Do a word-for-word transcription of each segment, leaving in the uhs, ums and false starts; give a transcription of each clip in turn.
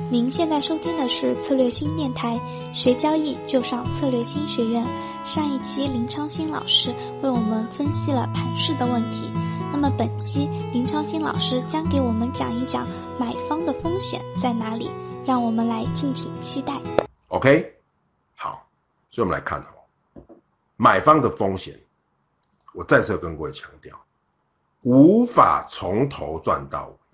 您现在收听的是策略新电台，学交易就上策略新学院。上一期林昌兴老师为我们分析了盘势的问题，那么本期林昌兴老师将给我们讲一讲买方的风险在哪里，让我们来敬请期待。 OK， 好，所以我们来看哦，买方的风险，我再次跟各位强调，无法从头赚到尾。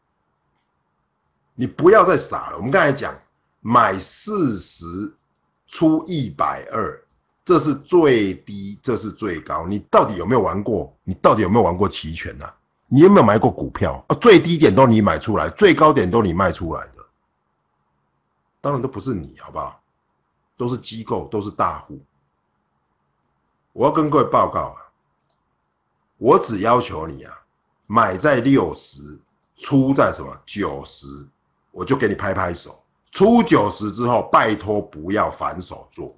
你不要再傻了，我们刚才讲买四十出一百二，这是最低，这是最高，你到底有没有玩过？你到底有没有玩过期权啊？你有没有买过股票啊？最低点都你买出来，最高点都你卖出来的，当然都不是你，好不好？都是机构，都是大户。我要跟各位报告啊，我只要求你啊，买在六十，出在什么九十，我就给你拍拍手。出九十之后，拜托不要反手做。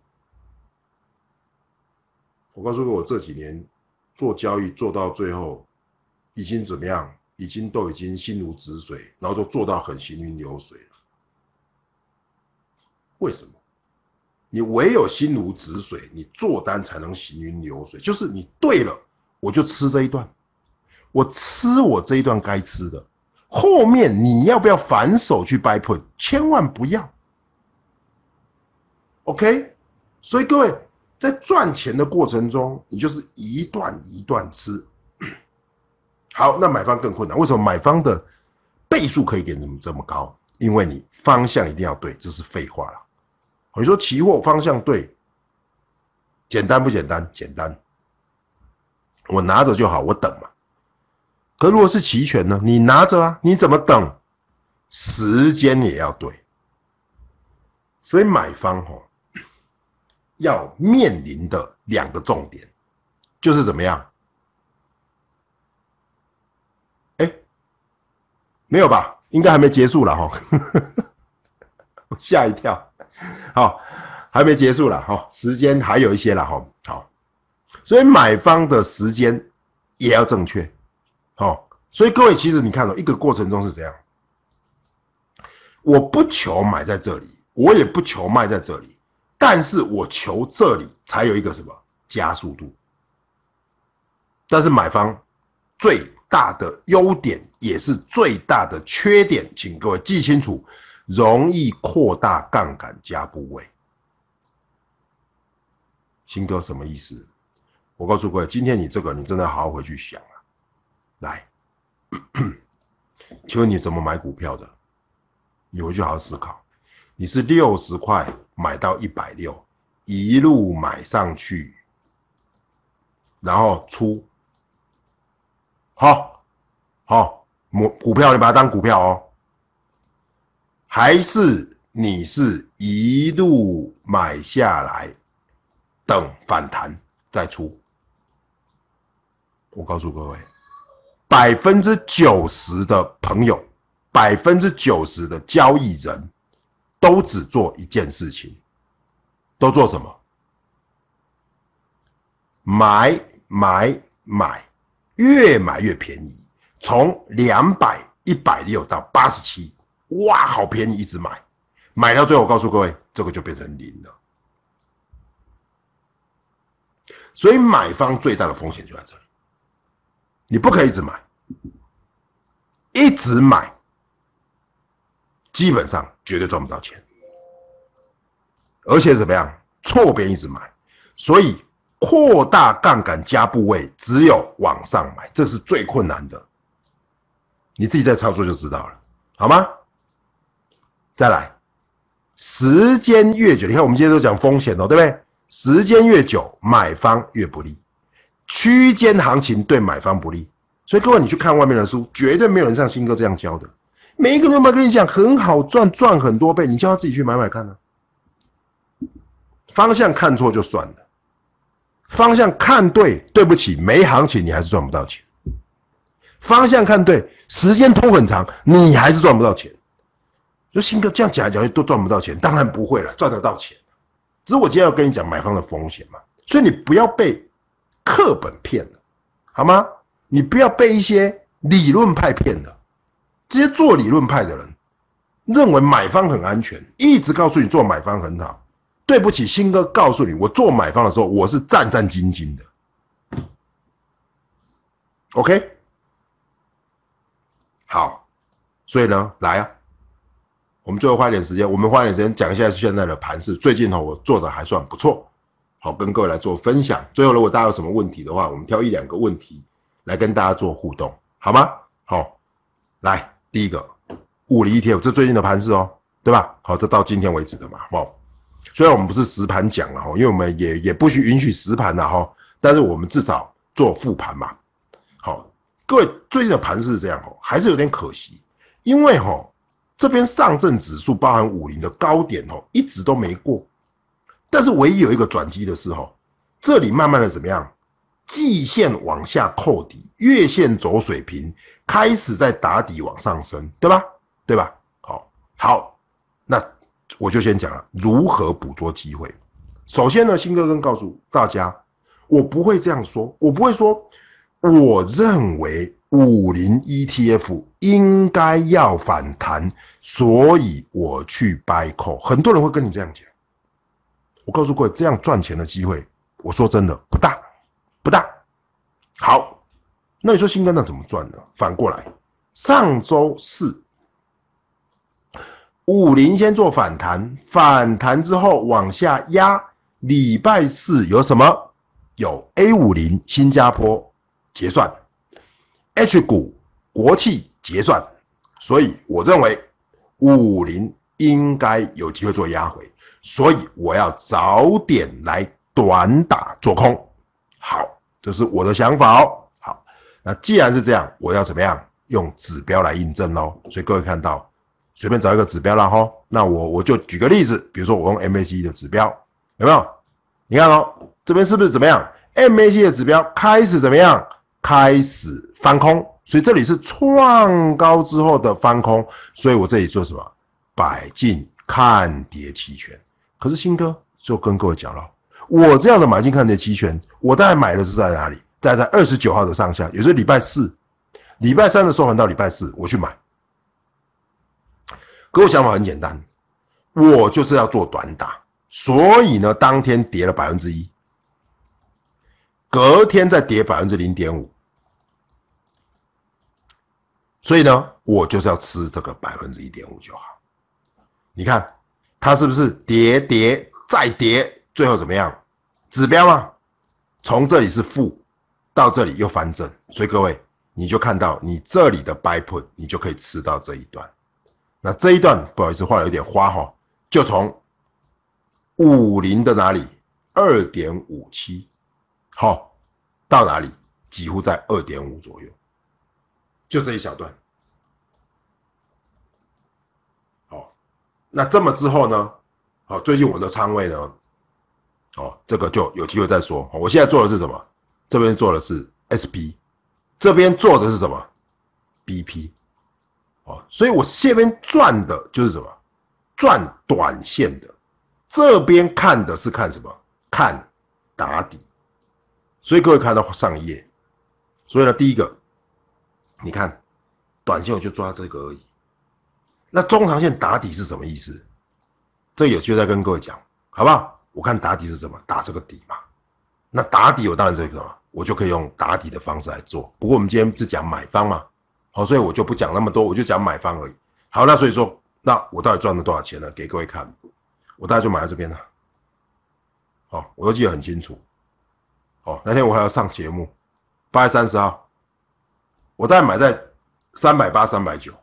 我告诉各位，我这几年做交易做到最后，已经怎么样？已经都已经心如止水，然后都做到很行云流水了。为什么？你唯有心如止水，你做单才能行云流水。就是你对了，我就吃这一段，我吃我这一段该吃的。后面你要不要反手去 buy put？ 千万不要。OK， 所以各位在赚钱的过程中，你就是一段一段吃。好，那买方更困难。为什么买方的倍数可以给你们这么高？因为你方向一定要对，这是废话了。你说期货方向对，简单不简单？简单。我拿着就好，我等嘛。可如果是期权呢？你拿着啊，你怎么等？时间也要对。所以买方哦，要面临的两个重点，就是怎么样？哎，没有吧？应该还没结束了哈，我吓一跳。好，还没结束了哈，时间还有一些了哈。好，所以买方的时间也要正确。好，所以各位其实你看到、哦、一个过程中是怎样？我不求买在这里，我也不求卖在这里，但是我求这里才有一个什么加速度。但是买方最大的优点也是最大的缺点，请各位记清楚，容易扩大杠杆加部位。新哥什么意思？我告诉各位，今天你这个你真的好好回去想啊。来，请问你怎么买股票的？你回去好好思考。你是六十块买到一百六十，一路买上去，然后出。好，好，股票你把它当股票哦。还是你是一路买下来，等反弹再出？我告诉各位。百分之九十的朋友，百分之九十的交易人，都只做一件事情，都做什么？买买买，越买越便宜，从两百、一百六到八十七，哇，好便宜，一直买，买到最后，我告诉各位，这个就变成零了。所以买方最大的风险就在这里。你不可以一直买，一直买，基本上绝对赚不到钱，而且怎么样？错边一直买，所以扩大杠杆加部位，只有往上买，这是最困难的。你自己在操作就知道了，好吗？再来，时间越久，你看我们今天都讲风险哦，对不对？时间越久，买方越不利。区间行情对买方不利，所以各位你去看外面的书，绝对没有人像新哥这样教的。每一个人都没跟你讲很好赚，赚很多倍，你叫他自己去买买看啊。方向看错就算了，方向看对，对不起，没行情你还是赚不到钱。方向看对，时间拖很长，你还是赚不到钱。就新哥这样讲来讲去都赚不到钱，当然不会了，赚得到钱。只是我今天要跟你讲买方的风险嘛，所以你不要被课本骗了，好吗？你不要被一些理论派骗了。这些做理论派的人， 认为买方很安全，一直告诉你做买方很好。对不起，新哥告诉你，我做买方的时候我是战战兢兢的。OK， 好，所以呢，来啊，我们最后花一点时间，我们花一点时间讲一下现在的盘势。最近哦，我做的还算不错，好，跟各位来做分享。最后，如果大家有什么问题的话，我们挑一两个问题来跟大家做互动，好吗？好，来，第一个，物理 E T F， 这最近的盘势哦，对吧？好，这到今天为止的嘛，好。虽然我们不是实盘讲了哈，因为我们也也不许允许实盘了哈，但是我们至少做复盘嘛。好，各位最近的盘势是这样哦，还是有点可惜，因为哈这边上证指数包含五零的高点哦，一直都没过，但是唯一有一个转机的是哈，这里慢慢的怎么样，季线往下扣底，月线走水平，开始在打底往上升，对吧？对吧？好，好，那我就先讲了如何捕捉机会。首先呢，新哥跟告诉大家，我不会这样说，我不会说我认为五零 E T F 应该要反弹，所以我去 buy call。很多人会跟你这样讲，我告诉各位，这样赚钱的机会，我说真的不大，不大。好，那你说新哥那怎么赚呢？反过来，上周四五零先做反弹，反弹之后往下压。礼拜四有什么？有 A 五十 新加坡结算 ，H 股国企结算，所以我认为五十应该有机会做压回，所以我要早点来短打做空。好，这是我的想法哦。好，那既然是这样，我要怎么样用指标来印证哦？所以各位看到。随便找一个指标啦齁，那我我就举个例子，比如说我用 M A C D 的指标，有没有？你看哦，这边是不是怎么样 ？M A C D 的指标开始怎么样？开始翻空，所以这里是创高之后的翻空，所以我这里做什么？摆进看跌期权。可是新哥就跟各位讲了，我这样的买进看跌期权，我大概买的是在哪里？大概在二十九号的上下，也就是礼拜四、礼拜三的收盘到礼拜四，我去买。可我想法很简单，我就是要做短打，所以呢，当天跌了百分之一，隔天再跌百分之零点五，所以呢，我就是要吃这个百分之一点五就好。你看，它是不是跌跌再跌，最后怎么样？指标嘛，从这里是负，到这里又翻正，所以各位你就看到你这里的 buy put， 你就可以吃到这一段。那这一段不好意思画了有点花哈，就从五十的哪里 二点五七 好到哪里几乎在 二点五 左右，就这一小段。好，那这么之后呢，好，最近我的仓位呢，哦，这个就有机会再说。我现在做的是什么？这边做的是 S P， 这边做的是什么 ？B P。哦，所以我这边赚的就是什么？赚短线的。这边看的是看什么？看打底。所以各位看到上一页，所以呢，第一个，你看短线我就抓这个而已。那中长线打底是什么意思？这有机会再跟各位讲，好不好？我看打底是什么？打这个底嘛。那打底我当然这个嘛，我就可以用打底的方式来做。不过我们今天是讲买方嘛。好，所以我就不讲那么多，我就讲买方而已。好，那所以说，那我到底赚了多少钱呢？给各位看，我大概就买在这边了。好，我都记得很清楚。好，那天我还要上节目，八月三十号，我大概买在三百八、三百九，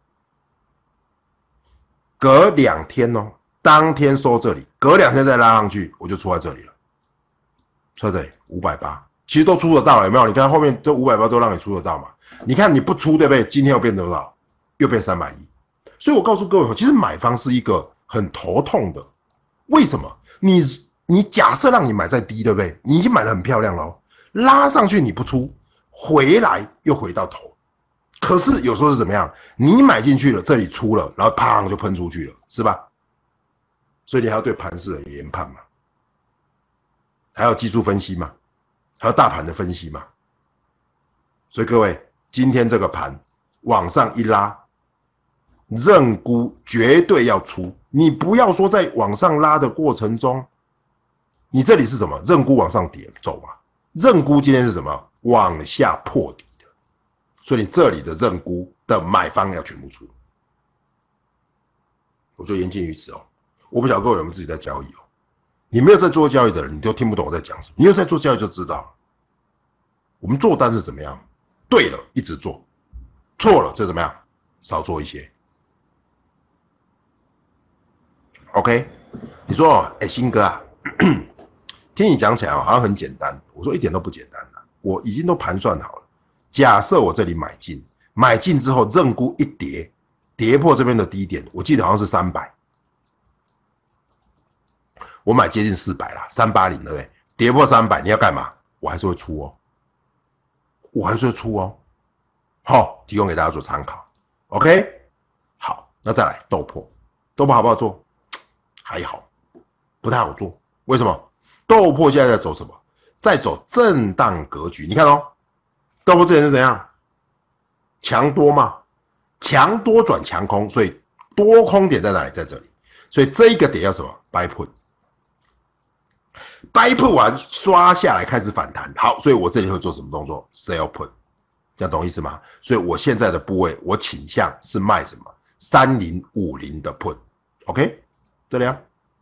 隔两天哦，当天收这里，隔两天再拉上去，我就出在这里了，出在这里五百八。其实都出得到了，有没有？你看后面这五百八都让你出得到嘛？你看你不出，对不对？今天又变多少？又变三百一。所以我告诉各位，其实买方是一个很头痛的。为什么？你你假设让你买在低，对不对？你已经买得很漂亮了哦，拉上去你不出，回来又回到头。可是有时候是怎么样？你买进去了，这里出了，然后砰就喷出去了，是吧？所以你还要对盘势的研判嘛，还有技术分析嘛。还有大盘的分析嘛，所以各位，今天这个盘往上一拉， 认沽绝对要出，你不要说在往上拉的过程中，你这里是什么？认沽往上跌走嘛？认沽今天是什么？往下破底的，所以你这里的认沽的买方要全部出。我就言尽于此哦。我不晓得各位有没有自己在交易哦。你没有在做交易的人，你都听不懂我在讲什么。你有在做交易就知道，我们做单是怎么样？对了，一直做；错了，就怎么样？少做一些。OK， 你说哦，哎，新哥啊，听你讲起来好像很简单。我说一点都不简单啊，我已经都盘算好了。假设我这里买进，买进之后认沽一跌，跌破这边的低点，我记得好像是三百，我买接近四百啦，三百八十对不对？跌破三百，你要干嘛？我还是会出哦，我还是会出哦。好，提供给大家做参考。OK， 好，那再来豆粕，豆粕好不好做？还好，不太好做。为什么？豆粕现在在走什么？在走震荡格局。你看哦，豆粕之前是怎样？强多嘛，强多转强空，所以多空点在哪里？在这里。所以这一个点要什么 ？buy put。buy put 完刷下来开始反弹，好，所以我这里会做什么动作 ？sell put， 这样懂意思吗？所以我现在的部位，我倾向是卖什么？三零五零的 put，OK， 这里啊，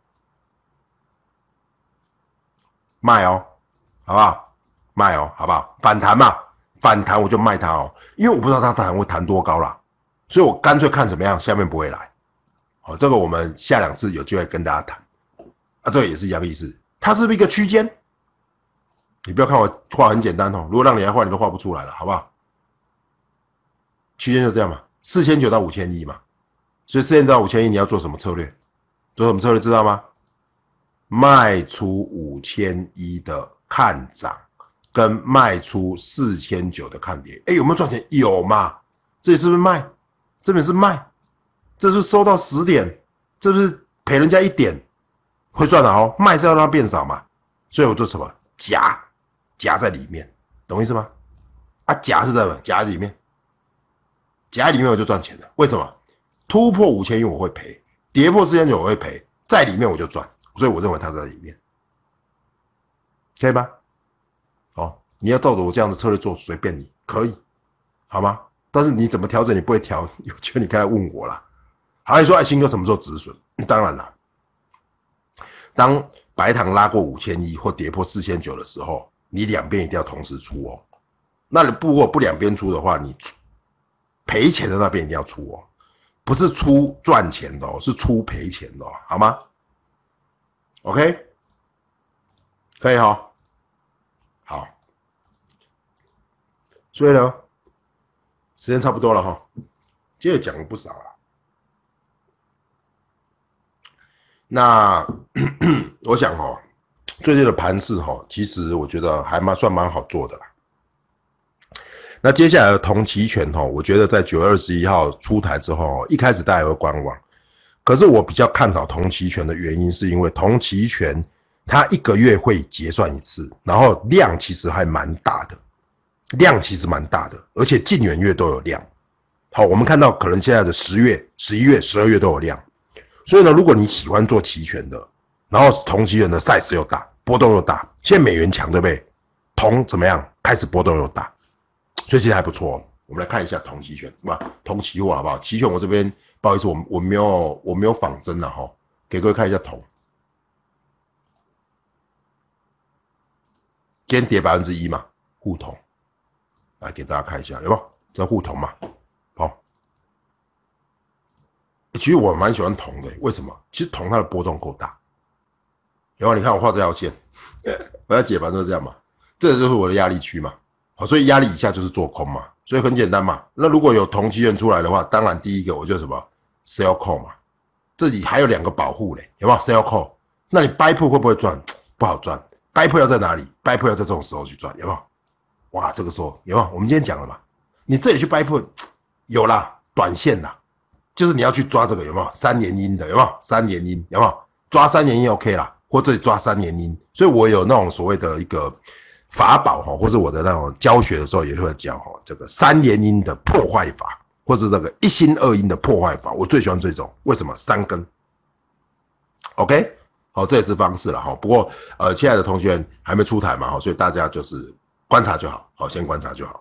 卖哦，好不好？卖哦，好不好？反弹嘛，反弹我就卖它哦，因为我不知道它弹会弹多高啦，所以我干脆看怎么样，下面不会来。好，这个我们下两次有机会跟大家谈。啊，这个也是一样的意思。它是不是一个区间？你不要看我画很简单哦，如果让你来画，你都画不出来了，好不好？区间就这样嘛，四千九到五千一嘛。所以四千到五千一，你要做什么策略？做什么策略知道吗？卖出五千一的看涨，跟卖出四千九的看跌。哎，有没有赚钱？有嘛？这里是不是卖？这边是卖，这是不是收到十点？这不是赔人家一点？会赚的哦，卖是要让它变少嘛，所以我做什么？夹，夹在里面，懂意思吗？啊，夹是在哪？夹在里面，夹在里面我就赚钱了。为什么？突破五千一我会赔，跌破四千九我会赔，在里面我就赚，所以我认为它在里面，可以吧？哦，你要照着我这样的策略做，随便你，可以，好吗？但是你怎么调整，你不会调，有机会你可以来问我啦。好，你说哎，新哥什么时候止损？当然啦。当白糖拉过五千一或跌破四千九的时候，你两边一定要同时出哦。那你如果不两边出的话，你赔钱的那边一定要出哦，不是出赚钱的哦，是出赔钱的哦，好吗 ？OK， 可以哈、哦，好。所以呢，时间差不多了哈、哦，接着讲了不少了。那我想哦，最近的盘势哦，其实我觉得还蛮算蛮好做的啦。那接下来的同期权哦，我觉得在九月二十一号出台之后，一开始大家也会观望。可是我比较看好同期权的原因，是因为同期权它一个月会结算一次，然后量其实还蛮大的，量其实蛮大的，而且近远月都有量。好，我们看到可能现在的十月、十一月、十二月都有量。所以呢，如果你喜欢做期权的，然后同期权的 size 又大，波动又大，现在美元强对不对？铜怎么样？开始波动又大，所以其实还不错哦。我们来看一下铜期权，不，铜期货好不好？期权我这边不好意思，我我没有我没有仿真了哈，给各位看一下铜，今天跌百分之一嘛，沪铜，来给大家看一下，有没有？这沪铜嘛，好。其实我蛮喜欢铜的，为什么？其实铜它的波动够大。然后你看我画这条线，我要解盘就是这样嘛，这就是我的压力区嘛。好，所以压力以下就是做空嘛，所以很简单嘛。那如果有铜期权出来的话，当然第一个我就什么 sell call 嘛，这里还有两个保护嘞，有没有 sell call？ 那你 buy put 会不会赚？不好赚。buy put 要在哪里 ？buy put 要在这种时候去赚，有没有？哇，这个时候有没有？我们今天讲了嘛，你这里去 buy put 有啦，短线啦。就是你要去抓这个有没有三连阴的有没有三连阴有没有抓三连阴 OK 啦，或这里抓三连阴，所以我有那种所谓的一个法宝哈，或是我的那种教学的时候也会教哈，这个三连阴的破坏法或是那个一心二因的破坏法，我最喜欢这种。为什么？三根 ，OK， 好，这也是方式了哈。不过呃，亲爱的同学还没出台嘛，所以大家就是观察就好，好，先观察就好。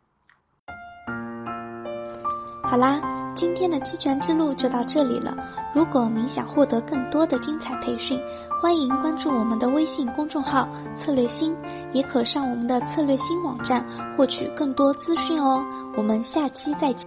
好啦，今天的期权之路就到这里了。如果您想获得更多的精彩培训，欢迎关注我们的微信公众号策略星，也可上我们的策略星网站获取更多资讯哦。我们下期再见。